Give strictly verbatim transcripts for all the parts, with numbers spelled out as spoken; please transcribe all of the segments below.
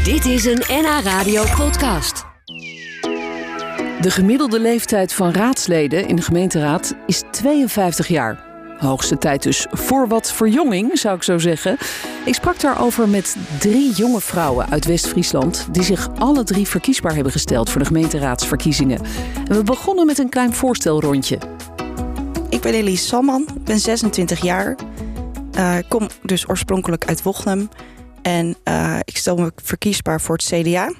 Dit is een N H Radio podcast. De gemiddelde leeftijd van raadsleden in de gemeenteraad is tweeënvijftig jaar. Hoogste tijd dus voor wat verjonging, zou ik zo zeggen. Ik sprak daarover met drie jonge vrouwen uit West-Friesland die zich alle drie verkiesbaar hebben gesteld voor de gemeenteraadsverkiezingen. En we begonnen met een klein voorstelrondje. Ik ben Elise Salman, ben zesentwintig jaar. Uh, kom dus oorspronkelijk uit Wochnum. En uh, ik stel me verkiesbaar voor het C D A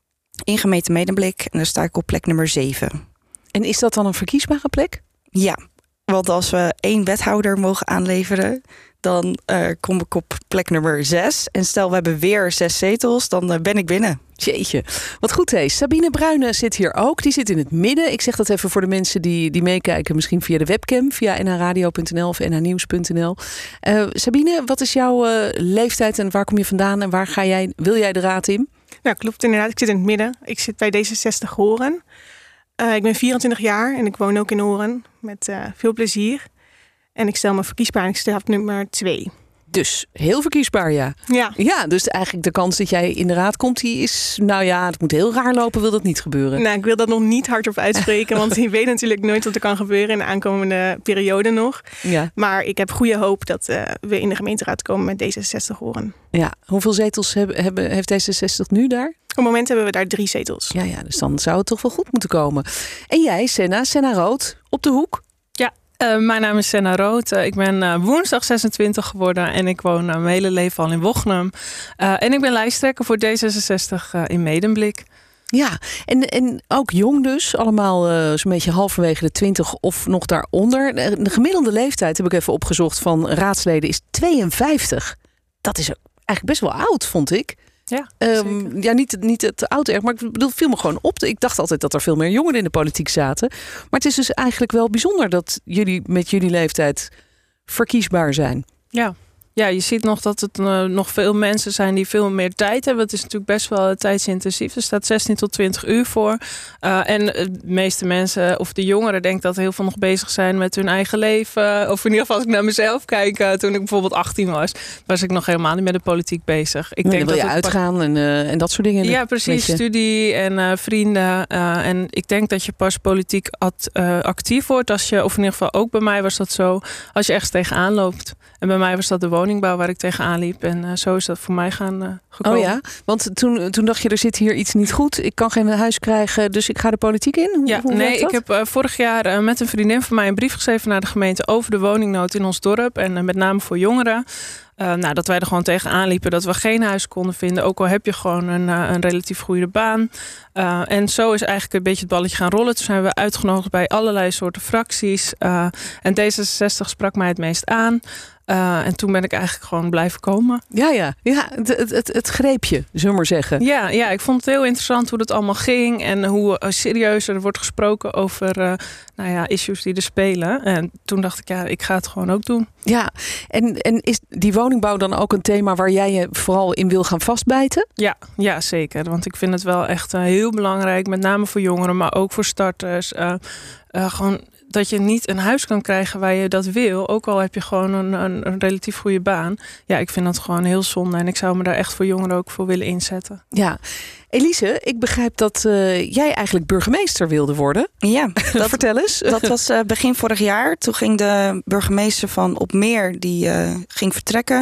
in gemeente Medemblik. En daar sta ik op plek nummer zeven. En is dat dan een verkiesbare plek? Ja, want als we één wethouder mogen aanleveren, dan uh, kom ik op plek nummer zes. En stel we hebben weer zes zetels, dan uh, ben ik binnen. Jeetje, wat goed is. Sabine Bruyne zit hier ook. Die zit in het midden. Ik zeg dat even voor de mensen die, die meekijken, misschien via de webcam, via n h radio punt n l of n h nieuws punt n l. Uh, Sabine, wat is jouw uh, leeftijd en waar kom je vandaan en waar ga jij, wil jij de raad in? Nou, klopt inderdaad. Ik zit in het midden. Ik zit bij D zesenzestig Horen. Uh, ik ben vierentwintig jaar en ik woon ook in Horen met uh, veel plezier. En ik stel me verkiesbaar en ik sta op nummer twee. Dus heel verkiesbaar, ja. Ja. Ja, dus eigenlijk de kans dat jij in de raad komt, die is, nou ja, het moet heel raar lopen, wil dat niet gebeuren. Nou, ik wil dat nog niet hardop uitspreken, want je weet natuurlijk nooit wat er kan gebeuren in de aankomende periode nog. Ja. Maar ik heb goede hoop dat uh, we in de gemeenteraad komen met D zesenzestig Horen. Ja, hoeveel zetels hebben, hebben, heeft D zesenzestig nu daar? Op het moment hebben we daar drie zetels. Ja, ja, dus dan zou het toch wel goed moeten komen. En jij, Senna, Senna Rood, op de hoek? Uh, mijn naam is Senna Rood. Uh, ik ben uh, woensdag zesentwintig geworden en ik woon uh, mijn hele leven al in Wochnum. Uh, en ik ben lijsttrekker voor D zesenzestig uh, in Medemblik. Ja, en, en ook jong dus. Allemaal uh, zo'n beetje halverwege de twintig of nog daaronder. De gemiddelde leeftijd, heb ik even opgezocht, van raadsleden is tweeënvijftig. Dat is eigenlijk best wel oud, vond ik. Ja, um, ja, niet, niet het oud erg, maar ik bedoel, het viel me gewoon op. Ik dacht altijd dat er veel meer jongeren in de politiek zaten. Maar het is dus eigenlijk wel bijzonder dat jullie met jullie leeftijd verkiesbaar zijn. Ja. Ja, je ziet nog dat het uh, nog veel mensen zijn die veel meer tijd hebben. Het is natuurlijk best wel uh, tijdsintensief. Er staat zestien tot twintig uur voor. Uh, en uh, de meeste mensen, of de jongeren, denk dat heel veel nog bezig zijn met hun eigen leven. Of in ieder geval als ik naar mezelf kijk. Uh, toen ik bijvoorbeeld achttien was, was ik nog helemaal niet met de politiek bezig. Ik nee, denk dan wil dat je het uitgaan pas... en, uh, en dat soort dingen. Ja, precies. Je... Studie en uh, vrienden. Uh, en ik denk dat je pas politiek ad, uh, actief wordt als je, of in ieder geval ook bij mij was dat zo, als je ergens tegenaan loopt. En bij mij was dat de woningbouw waar ik tegenaan liep. En uh, zo is dat voor mij gaan uh, gekomen. Oh ja, want toen, toen dacht je, er zit hier iets niet goed. Ik kan geen huis krijgen, dus ik ga de politiek in? Hoe, ja, hoe nee, ik heb uh, vorig jaar uh, met een vriendin van mij een brief geschreven naar de gemeente over de woningnood in ons dorp. En uh, met name voor jongeren. Uh, nou, dat wij er gewoon tegenaan liepen dat we geen huis konden vinden. Ook al heb je gewoon een, uh, een relatief goede baan. Uh, en zo is eigenlijk een beetje het balletje gaan rollen. Toen zijn we uitgenodigd bij allerlei soorten fracties. Uh, en D zesenzestig sprak mij het meest aan. Uh, en toen ben ik eigenlijk gewoon blijven komen. Ja, ja, ja het, het, het, het greep je, zullen we maar zeggen. Ja, ja, ik vond het heel interessant hoe dat allemaal ging. En hoe uh, serieuzer er wordt gesproken over uh, nou ja, issues die er spelen. En toen dacht ik, ja, ik ga het gewoon ook doen. Ja, en, en is die woningbouw dan ook een thema waar jij je vooral in wil gaan vastbijten? Ja, ja, zeker. Want ik vind het wel echt uh, heel belangrijk. Met name voor jongeren, maar ook voor starters. Uh, uh, gewoon... dat je niet een huis kan krijgen waar je dat wil. Ook al heb je gewoon een, een, een relatief goede baan. Ja, ik vind dat gewoon heel zonde. En ik zou me daar echt voor jongeren ook voor willen inzetten. Ja. Elise, ik begrijp dat uh, jij eigenlijk burgemeester wilde worden. Ja. Dat, Vertel eens. Dat was uh, begin vorig jaar. Toen ging de burgemeester van Opmeer, die uh, ging vertrekken.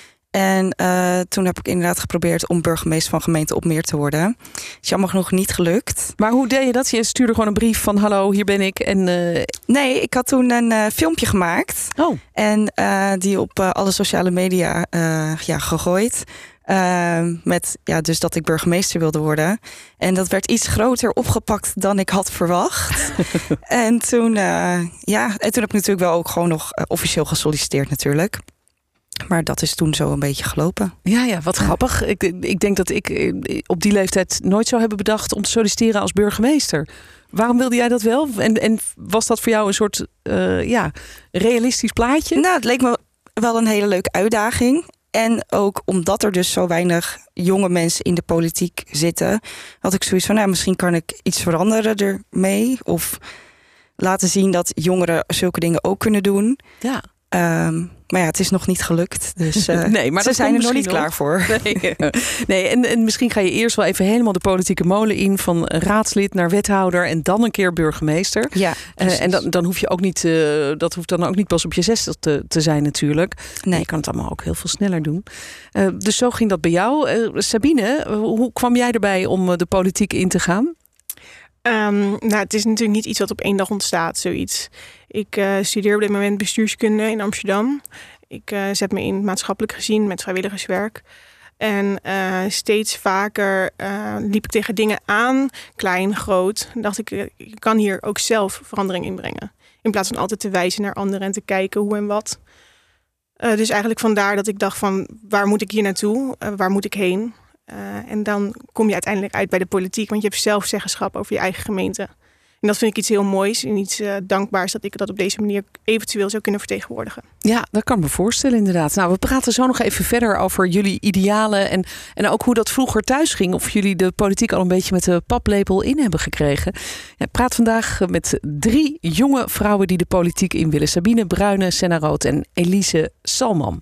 En uh, toen heb ik inderdaad geprobeerd om burgemeester van gemeente Opmeer te worden. Is jammer genoeg niet gelukt. Maar hoe deed je dat? Je stuurde gewoon een brief van hallo, hier ben ik. En, uh... Nee, ik had toen een uh, filmpje gemaakt. Oh. En uh, die op uh, alle sociale media uh, ja, gegooid. Uh, met ja, dus dat ik burgemeester wilde worden. En dat werd iets groter opgepakt dan ik had verwacht. en, toen, uh, ja, en toen heb ik natuurlijk wel ook gewoon nog uh, officieel gesolliciteerd natuurlijk. Maar dat is toen zo een beetje gelopen. Ja, ja, wat grappig. Ik, ik denk dat ik op die leeftijd nooit zou hebben bedacht om te solliciteren als burgemeester. Waarom wilde jij dat wel? En, en was dat voor jou een soort uh, ja, realistisch plaatje? Nou, het leek me wel een hele leuke uitdaging. En ook omdat er dus zo weinig jonge mensen in de politiek zitten, had ik zoiets van, nou, misschien kan ik iets veranderen ermee. Of laten zien dat jongeren zulke dingen ook kunnen doen. Ja. Um, maar ja, het is nog niet gelukt. Dus uh, nee, maar ze dat zijn er nog niet nog. klaar voor. Nee, nee en, en misschien ga je eerst wel even helemaal de politieke molen in. Van raadslid naar wethouder en dan een keer burgemeester. Ja, uh, en dan, dan hoef je ook niet, uh, dat hoeft dan ook niet pas op je zestig te, te zijn natuurlijk. Nee. Je kan het allemaal ook heel veel sneller doen. Uh, dus zo ging dat bij jou. Uh, Sabine, hoe kwam jij erbij om de politiek in te gaan? Um, nou, het is natuurlijk niet iets wat op één dag ontstaat, zoiets. Ik uh, studeer op dit moment bestuurskunde in Amsterdam. Ik uh, zet me in maatschappelijk gezien met vrijwilligerswerk. En uh, steeds vaker uh, liep ik tegen dingen aan, klein, groot. En dacht ik, uh, ik kan hier ook zelf verandering in brengen. In plaats van altijd te wijzen naar anderen en te kijken hoe en wat. Uh, dus eigenlijk vandaar dat ik dacht van, waar moet ik hier naartoe? Uh, waar moet ik heen? Uh, en dan kom je uiteindelijk uit bij de politiek. Want je hebt zelf zeggenschap over je eigen gemeente. En dat vind ik iets heel moois en iets uh, dankbaars... dat ik dat op deze manier eventueel zou kunnen vertegenwoordigen. Ja, dat kan me voorstellen inderdaad. Nou, we praten zo nog even verder over jullie idealen... en, en ook hoe dat vroeger thuis ging. Of jullie de politiek al een beetje met de paplepel in hebben gekregen. Ja, ik praat vandaag met drie jonge vrouwen die de politiek in willen. Sabine Bruyne, Senna Rood en Elise Salman.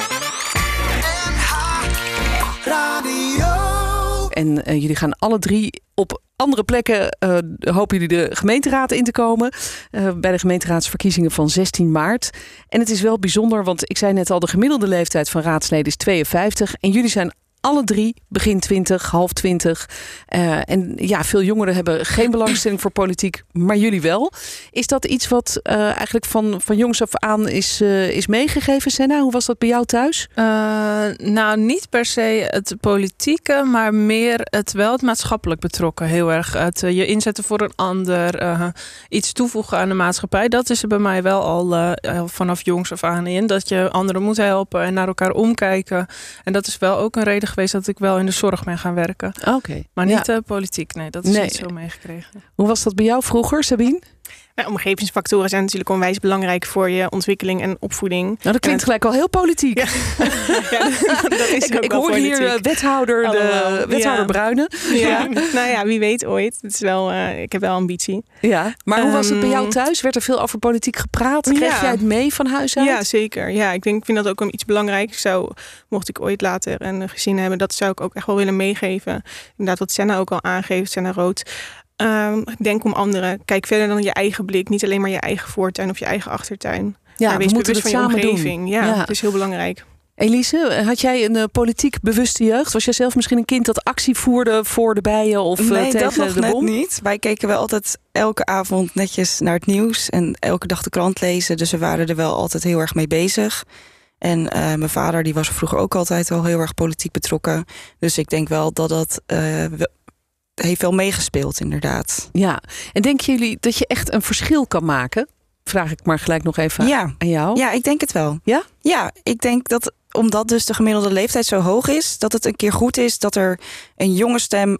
En uh, jullie gaan alle drie op andere plekken, uh, hopen jullie de gemeenteraad in te komen. Uh, bij de gemeenteraadsverkiezingen van zestien maart. En het is wel bijzonder, want ik zei net al, de gemiddelde leeftijd van raadsleden is tweeënvijftig. En jullie zijn alle drie begin twintig, half twintig. Uh, en ja, veel jongeren hebben geen belangstelling voor politiek, maar jullie wel. Is dat iets wat uh, eigenlijk van, van jongs af aan is, uh, is meegegeven, Senna? Hoe was dat bij jou thuis? Uh, nou, niet per se het politieke, maar meer het wel het maatschappelijk betrokken. Heel erg het uh, je inzetten voor een ander, uh, iets toevoegen aan de maatschappij. Dat is er bij mij wel al uh, vanaf jongs af aan in. Dat je anderen moet helpen en naar elkaar omkijken. En dat is wel ook een reden geweest dat ik wel in de zorg ben gaan werken. Oké. Okay. Maar niet ja. uh, politiek, nee. Dat is nee. niet zo meegekregen. Hoe was dat bij jou vroeger, Sabine? Nou, omgevingsfactoren zijn natuurlijk onwijs belangrijk voor je ontwikkeling en opvoeding. Nou, dat klinkt en gelijk al heel politiek. Ja. ja, dat is ik ik hoor politiek. hier uh, wethouder, de, wethouder ja. Bruyne. Ja. Nou ja, wie weet ooit. Het is wel, uh, ik heb wel ambitie. Ja. Maar hoe was het bij jou thuis? Werd er veel over politiek gepraat? Kreeg ja. jij het mee van huis uit? Ja, zeker. Ja, ik denk, ik vind dat ook iets belangrijks. Zou, mocht ik ooit later een gezin hebben, dat zou ik ook echt wel willen meegeven. Inderdaad, wat Senna ook al aangeeft, Senna Rood. Um, denk om anderen. Kijk verder dan je eigen blik. Niet alleen maar je eigen voortuin of je eigen achtertuin. Ja, maar wees we moeten bewust het van je samen omgeving. doen. Ja, ja, dat is heel belangrijk. Elise, had jij een uh, politiek bewuste jeugd? Was jij zelf misschien een kind dat actie voerde voor de bijen of uh, nee, tegen dat nog de net bom? niet. Wij keken wel altijd elke avond netjes naar het nieuws en elke dag de krant lezen. Dus we waren er wel altijd heel erg mee bezig. En uh, mijn vader die was vroeger ook altijd al heel erg politiek betrokken. Dus ik denk wel dat dat uh, we, heeft wel meegespeeld, inderdaad. Ja, en denken jullie dat je echt een verschil kan maken? Vraag ik maar gelijk nog even ja. aan jou. Ja, ik denk het wel. Ja? Ja, ik denk dat omdat dus de gemiddelde leeftijd zo hoog is, dat het een keer goed is dat er een jonge stem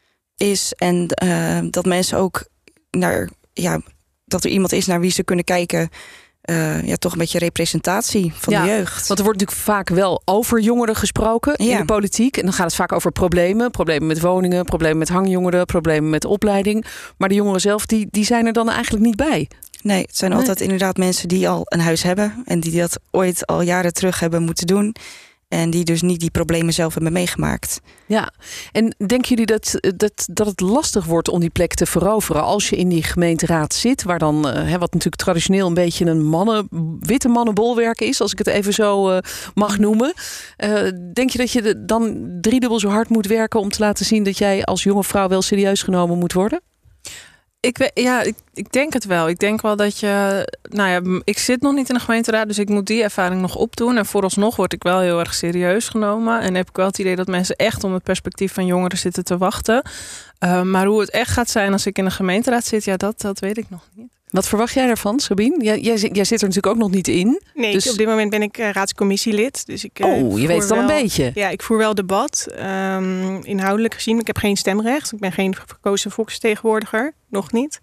is en uh, dat mensen ook naar, ja, dat er iemand is naar wie ze kunnen kijken. Uh, ja, toch een beetje representatie van ja, de jeugd. Want er wordt natuurlijk vaak wel over jongeren gesproken ja. in de politiek. En dan gaat het vaak over problemen. Problemen met woningen, problemen met hangjongeren, problemen met opleiding. Maar de jongeren zelf, die, die zijn er dan eigenlijk niet bij. Nee, het zijn nee. altijd inderdaad mensen die al een huis hebben. En die dat ooit al jaren terug hebben moeten doen. En die dus niet die problemen zelf hebben meegemaakt. Ja, en denken jullie dat, dat, dat het lastig wordt om die plek te veroveren als je in die gemeenteraad zit, waar dan, uh, wat natuurlijk traditioneel een beetje een mannen, witte mannenbolwerk is, als ik het even zo uh, mag noemen. Uh, denk je dat je de, dan driedubbel zo hard moet werken om te laten zien dat jij als jonge vrouw wel serieus genomen moet worden? Ik, weet, ja, ik, ik denk het wel. Ik denk wel dat je... Nou ja, ik zit nog niet in de gemeenteraad, dus ik moet die ervaring nog opdoen. En vooralsnog word ik wel heel erg serieus genomen. En heb ik wel het idee dat mensen echt om het perspectief van jongeren zitten te wachten. Uh, maar hoe het echt gaat zijn als ik in de gemeenteraad zit, ja, dat, dat weet ik nog niet. Wat verwacht jij daarvan, Sabine? Jij, jij, jij zit er natuurlijk ook nog niet in. Nee, dus... op dit moment ben ik uh, raadscommissielid. Dus ik, uh, oh, je weet het al wel, een beetje. Ja, ik voer wel debat. Um, inhoudelijk gezien, ik heb geen stemrecht. Ik ben geen verkozen volksvertegenwoordiger. Nog niet.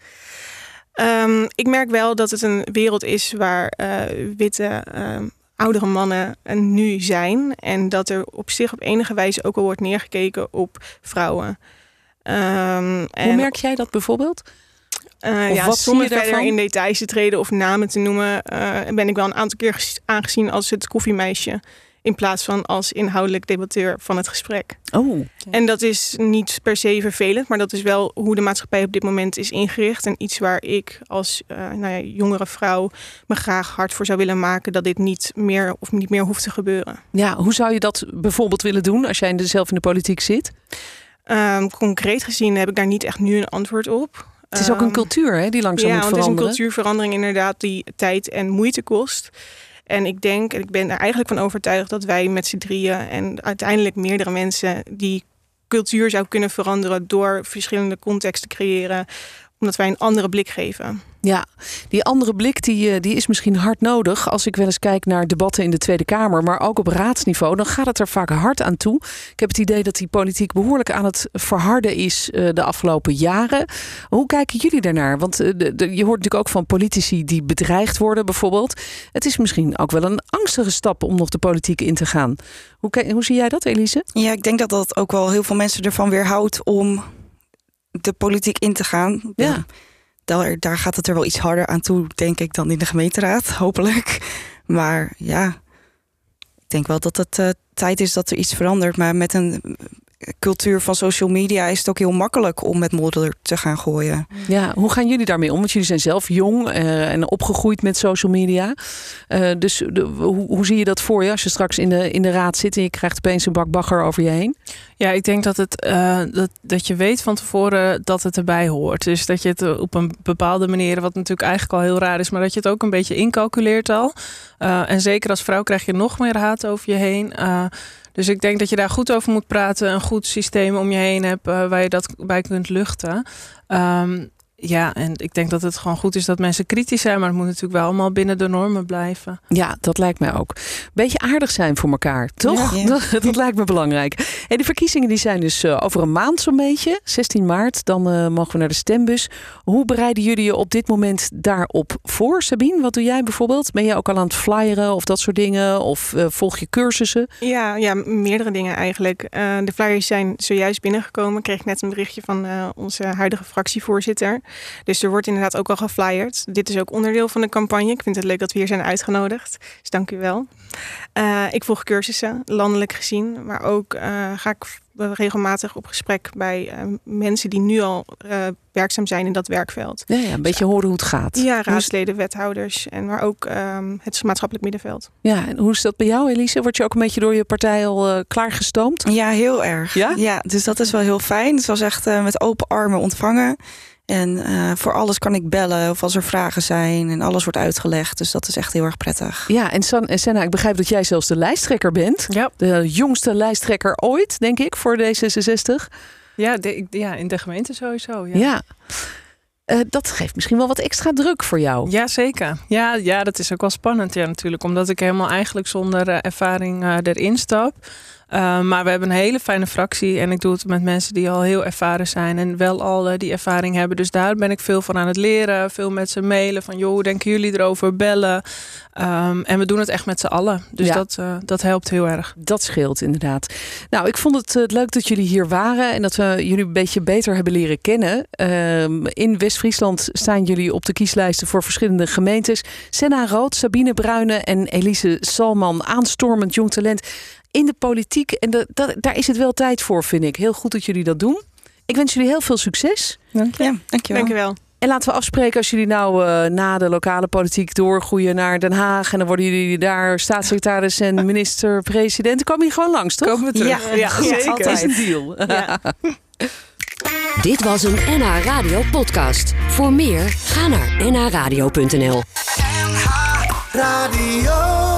Um, ik merk wel dat het een wereld is waar uh, witte... Uh, oudere mannen nu zijn. En dat er op zich op enige wijze ook al wordt neergekeken op vrouwen. Um, Hoe en merk jij dat bijvoorbeeld? Uh, ja, wat zonder zie je verder daarvan? in details te treden of namen te noemen, uh, ben ik wel een aantal keer ges- aangezien als het koffiemeisje. In plaats van als inhoudelijk debatteur van het gesprek. Oh. En dat is niet per se vervelend, maar dat is wel hoe de maatschappij op dit moment is ingericht. En iets waar ik als uh, nou ja, jongere vrouw me graag hard voor zou willen maken dat dit niet meer of niet meer hoeft te gebeuren. Ja, hoe zou je dat bijvoorbeeld willen doen als jij in de, zelf in de politiek zit? Um, concreet gezien heb ik daar niet echt nu een antwoord op. Het is ook een cultuur hè, die langzaam ja, moet want veranderen. het is een cultuurverandering inderdaad die tijd en moeite kost. En ik denk, en ik ben er eigenlijk van overtuigd dat wij met z'n drieën en uiteindelijk meerdere mensen die cultuur zou kunnen veranderen door verschillende contexten te creëren, omdat wij een andere blik geven. Ja, die andere blik die, die is misschien hard nodig. Als ik wel eens kijk naar debatten in de Tweede Kamer, maar ook op raadsniveau, dan gaat het er vaak hard aan toe. Ik heb het idee dat die politiek behoorlijk aan het verharden is uh, de afgelopen jaren. Hoe kijken jullie daarnaar? Want uh, de, de, je hoort natuurlijk ook van politici die bedreigd worden bijvoorbeeld. Het is misschien ook wel een angstige stap om nog de politiek in te gaan. Hoe, hoe zie jij dat, Elise? Ja, ik denk dat dat ook wel heel veel mensen ervan weerhoudt om de politiek in te gaan. Ja. Daar, daar gaat het er wel iets harder aan toe, denk ik, dan in de gemeenteraad, hopelijk. Maar ja, ik denk wel dat het uh, tijd is dat er iets verandert. Maar met een cultuur van social media is het ook heel makkelijk om met modder te gaan gooien. Ja, hoe gaan jullie daarmee om? Want jullie zijn zelf jong uh, en opgegroeid met social media. Uh, dus de, hoe, hoe zie je dat voor je als je straks in de, in de raad zit en je krijgt opeens een bak bagger over je heen? Ja, ik denk dat, het, uh, dat, dat je weet van tevoren dat het erbij hoort. Dus dat je het op een bepaalde manier, wat natuurlijk eigenlijk al heel raar is, maar dat je het ook een beetje incalculeert al. Uh, en zeker als vrouw krijg je nog meer haat over je heen. Uh, dus ik denk dat je daar goed over moet praten. Een goed systeem om je heen hebt uh, waar je dat bij kunt luchten. Um, Ja, en ik denk dat het gewoon goed is dat mensen kritisch zijn, maar het moet natuurlijk wel allemaal binnen de normen blijven. Ja, dat lijkt mij ook. Beetje aardig zijn voor elkaar, toch? Ja. Dat, dat lijkt me belangrijk. Hey, de verkiezingen die zijn dus uh, over een maand zo'n beetje, zestien maart. Dan uh, mogen we naar de stembus. Hoe bereiden jullie je op dit moment daarop voor, Sabine? Wat doe jij bijvoorbeeld? Ben je ook al aan het flyeren of dat soort dingen? Of uh, volg je cursussen? Ja, ja, meerdere dingen eigenlijk. Uh, de flyers zijn zojuist binnengekomen. Ik kreeg net een berichtje van uh, onze huidige fractievoorzitter. Dus er wordt inderdaad ook al geflyerd. Dit is ook onderdeel van de campagne. Ik vind het leuk dat we hier zijn uitgenodigd. Dus dank u wel. Uh, ik volg cursussen, landelijk gezien. Maar ook uh, ga ik regelmatig op gesprek bij uh, mensen die nu al uh, werkzaam zijn in dat werkveld. Ja, ja, een beetje horen hoe het gaat. Ja, raadsleden, wethouders en maar ook um, het maatschappelijk middenveld. Ja, en hoe is dat bij jou, Elise? Word je ook een beetje door je partij al uh, klaargestoomd? Ja, heel erg. Ja? Ja, dus dat is wel heel fijn. Het was echt uh, met open armen ontvangen. En uh, voor alles kan ik bellen of als er vragen zijn. En alles wordt uitgelegd. Dus dat is echt heel erg prettig. Ja, en San, en Senna, ik begrijp dat jij zelfs de lijsttrekker bent. Ja. De jongste lijsttrekker ooit, denk ik, voor D zesenzestig. Ja, de, ja in de gemeente sowieso. Ja, ja. Uh, dat geeft misschien wel wat extra druk voor jou. Ja, zeker. Ja, ja, dat is ook wel spannend, ja, natuurlijk. Omdat ik helemaal eigenlijk zonder uh, ervaring uh, erin stap. Uh, maar we hebben een hele fijne fractie. En ik doe het met mensen die al heel ervaren zijn. En wel al uh, die ervaring hebben. Dus daar ben ik veel van aan het leren. Veel met ze mailen. Van joh, hoe denken jullie erover? Bellen. Um, en we doen het echt met z'n allen. Dus ja. dat, uh, dat helpt heel erg. Dat scheelt inderdaad. Nou, ik vond het uh, leuk dat jullie hier waren. En dat we jullie een beetje beter hebben leren kennen. Uh, in West-Friesland staan jullie op de kieslijsten voor verschillende gemeentes. Senna Rood, Sabine Bruyne en Elise Salman. Aanstormend jong talent in de politiek. En de, dat, daar is het wel tijd voor, vind ik. Heel goed dat jullie dat doen. Ik wens jullie heel veel succes. Dank je. Ja, dankjewel. Dank je wel. En laten we afspreken als jullie nou uh, na de lokale politiek doorgroeien naar Den Haag. En dan worden jullie daar staatssecretaris en minister-president. Dan komen jullie gewoon langs, toch? Komen we terug. Ja, ja, zeker. Dat is een deal. Ja. Dit was een N H Radio podcast. Voor meer, ga naar n h radio punt n l. N H Radio.